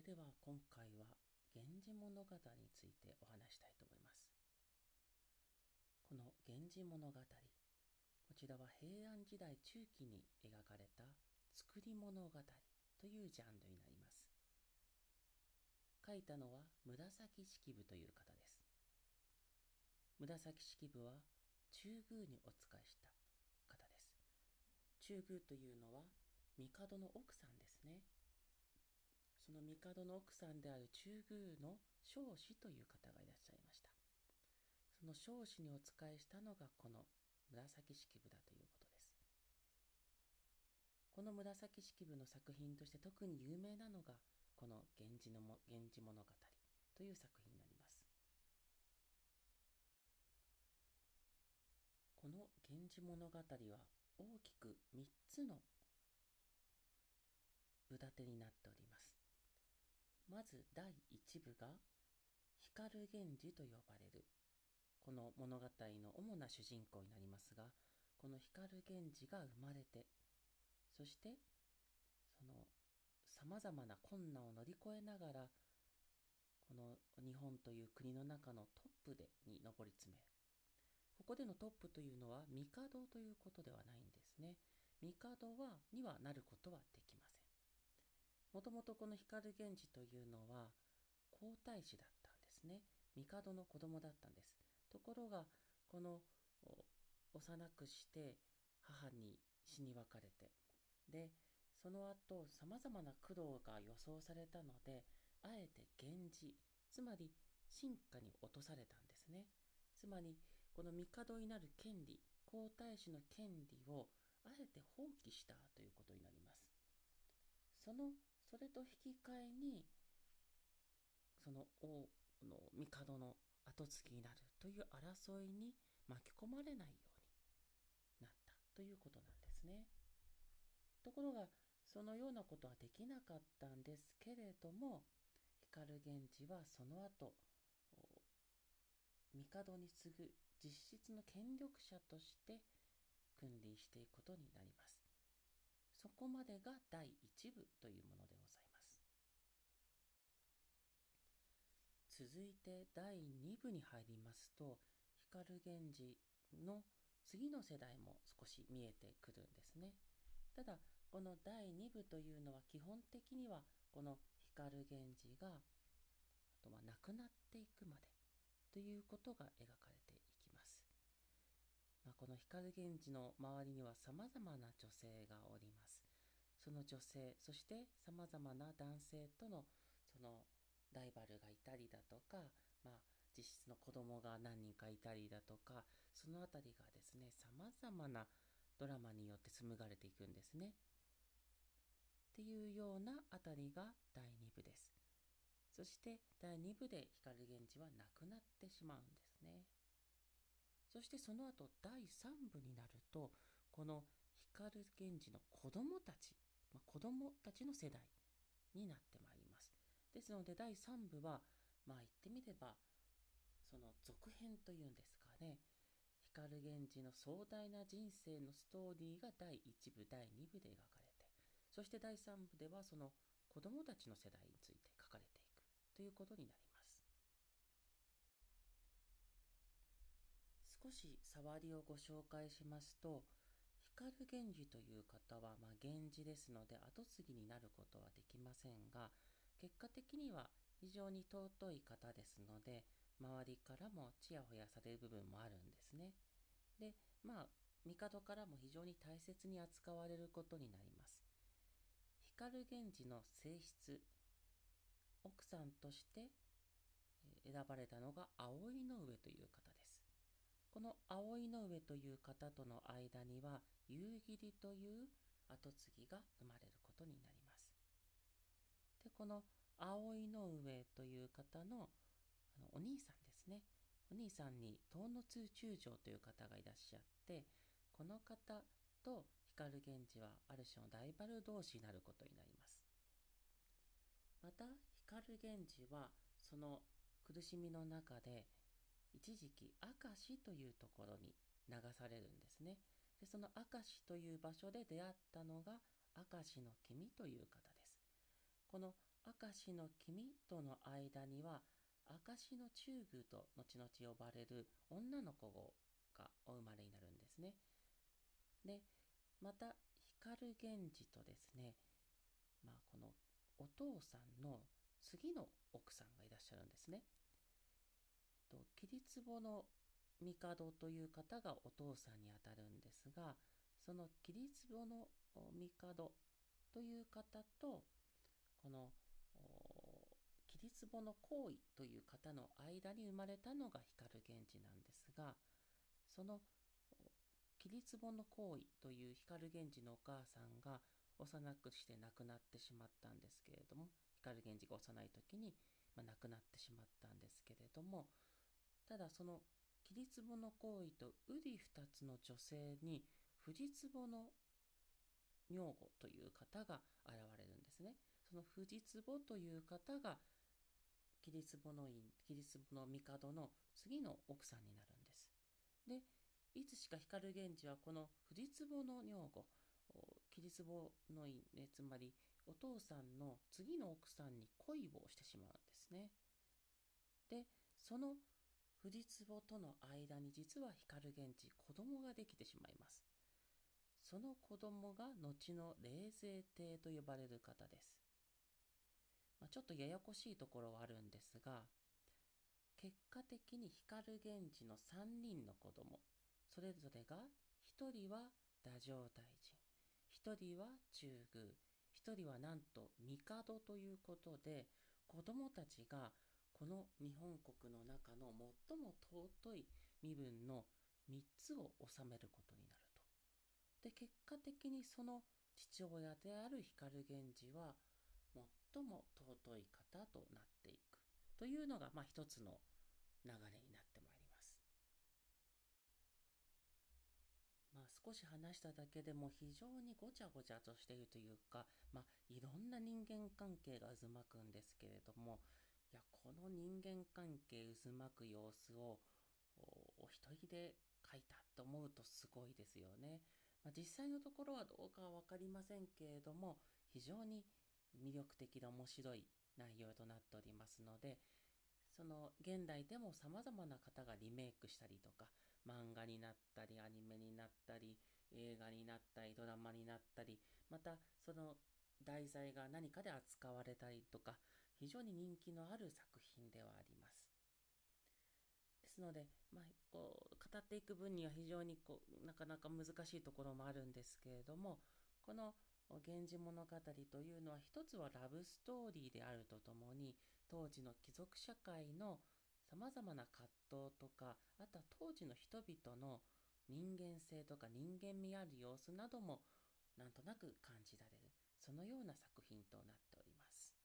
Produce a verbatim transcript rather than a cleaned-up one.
では今回は源氏物語についてお話したいと思います。この源氏物語、こちらは平安時代中期に描かれた作り物語というジャンルになります。書いたのは紫式部という方です。紫式部は中宮にお仕えした方です。中宮というのは帝の奥さんですね。その帝の奥さんである中宮の彰子という方がいらっしゃいました。その彰子にお仕えしたのがこの紫式部だということです。この紫式部の作品として特に有名なのがこの源氏のも源氏物語という作品になります。この源氏物語は大きくみっつの部立てになっております。まずだいいち部が光源氏と呼ばれるこの物語の主な主人公になりますが、この光源氏が生まれて、そしてそのさまざまな困難を乗り越えながらこの日本という国の中のトップでに上り詰める。ここでのトップというのは帝ということではないんですね。帝はにはなることはできません。もともとこの光源氏というのは皇太子だったんですね。帝の子供だったんです。ところがこの幼くして母に死に別れて、でその後さまざまな苦労が予想されたので、あえて源氏、つまり臣下に落とされたんですね。つまりこの帝になる権利、皇太子の権利をあえて放棄したということになります。そのそれと引き換えにその王の帝の後継ぎになるという争いに巻き込まれないようになったということなんですね。ところがそのようなことはできなかったんですけれども、光源氏はその後帝に次ぐ実質の権力者として君臨していくことになります。そこまでがだいいち部というものでございます。続いてだいに部に入りますと、光源氏の次の世代も少し見えてくるんですね。ただこのだいに部というのは基本的にはこの光源氏があとは亡くなっていくまでということが描かれていきます。まあ、この光源氏の周りにはさまざまな女性がおります。その女性、そしてさまざまな男性とのそのライバルがいたりだとか、まあ、実質の子供が何人かいたりだとか、そのあたりがですね、さまざまなドラマによって紡がれていくんですね。っていうようなあたりがだいに部です。そしてだいに部で光源氏は亡くなってしまうんですね。そしてその後だいさん部になると、この光源氏の子供たち、まあ、子供たちの世代になってまいります。ですのでだいさん部はまあ言ってみればその続編というんですかね。光源氏の壮大な人生のストーリーがだいいち部、だいに部で描かれて、そしてだいさん部ではその子供たちの世代について書かれていくということになります。少し触りをご紹介しますと、光源氏という方は、まあ、源氏ですので後継ぎになることはできませんが、結果的には非常に尊い方ですので、周りからもちやほやされる部分もあるんですね。で、まあ、帝からも非常に大切に扱われることになります。光源氏の正室、奥さんとして選ばれたのが葵の上という方です。この葵の上という方との間には夕霧という跡継ぎが生まれることになります。で、この葵の上という方のあのお兄さんですね。お兄さんに遠野通中将という方がいらっしゃって、この方と光源氏はある種のライバル同士になることになります。また光源氏はその苦しみの中で一時期明石というところに流されるんですね。でその明石という場所で出会ったのが明石の君という方です。この明石の君との間には、明石の中宮と後々呼ばれる女の子がお生まれになるんですね。で、また、光源氏とですね、まあ、このお父さんの次の奥さんがいらっしゃるんですね。桐壺の帝という方がお父さんにあたるんですが、その桐壺の帝という方と、この桐壺の皇位という方の間に生まれたのが光源氏なんですが、その桐壺の皇位という光源氏のお母さんが幼くして亡くなってしまったんですけれども、光源氏が幼い時に、まあ、亡くなってしまったんですけれども、ただその桐壺の皇位と瓜二つの女性に藤壺の女御という方が現れるんですね。その藤壺という方が桐壺の院、桐壺の帝の次の奥さんになるんです。で、いつしか光源氏はこの藤壺の女御、桐壺の院、ね、つまりお父さんの次の奥さんに恋をしてしまうんですね。で、その藤壺との間に実は光源氏、子供ができてしまいます。その子供が後の冷泉帝と呼ばれる方です。まあ、ちょっとややこしいところはあるんですが、結果的に光源氏のさんにんの子供、それぞれがひとりは太政大臣、ひとりは中宮、ひとりはなんと帝ということで、子供たちがこの日本国の中の最も尊い身分のみっつを治めることになると。で、結果的にその父親である光源氏は最も尊い方となっていくというのが、まあ一つの流れになってまいります。まあ少し話しただけでも非常にごちゃごちゃとしているというか、まあいろんな人間関係が渦巻くんですけれども、いや、この人間関係渦巻く様子をお一人で書いたと思うとすごいですよね。まあ、実際のところはどうかはわかりませんけれども、非常に魅力的で面白い内容となっておりますので、その現代でも様々な方がリメイクしたりとか、漫画になったり、アニメになったり、映画になったり、ドラマになったり、またその題材が何かで扱われたりとか、非常に人気のある作品ではあります。ですので、まあ、こう語っていく分には非常にこうなかなか難しいところもあるんですけれども、この源氏物語というのは一つはラブストーリーであるとともに、当時の貴族社会のさまざまな葛藤とか、あとは当時の人々の人間性とか人間味ある様子などもなんとなく感じられる、そのような作品となっております。